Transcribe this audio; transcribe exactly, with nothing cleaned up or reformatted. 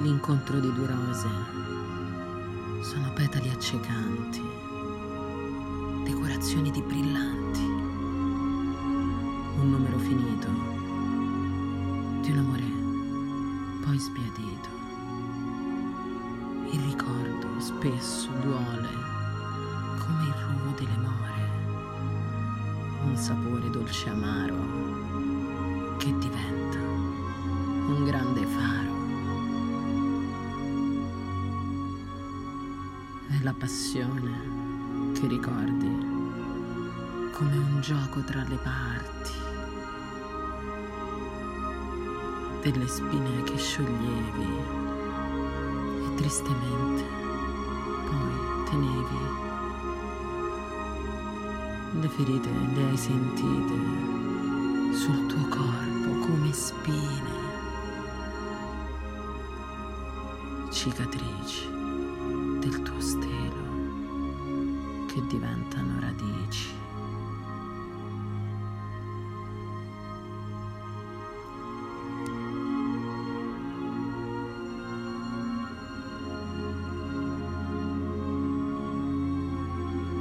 l'incontro di due rose. Sono petali accecanti, decorazioni di brillanti, un numero finito di un amore poi sbiadito. Il ricordo spesso duole come il rovo delle more, un sapore dolce amaro che diventa un grande faro. È la passione che ricordi come un gioco tra le parti, delle spine che scioglievi e tristemente poi tenevi. Le ferite le hai sentite sul tuo corpo come spine, cicatrici del tuo stelo che diventano radici.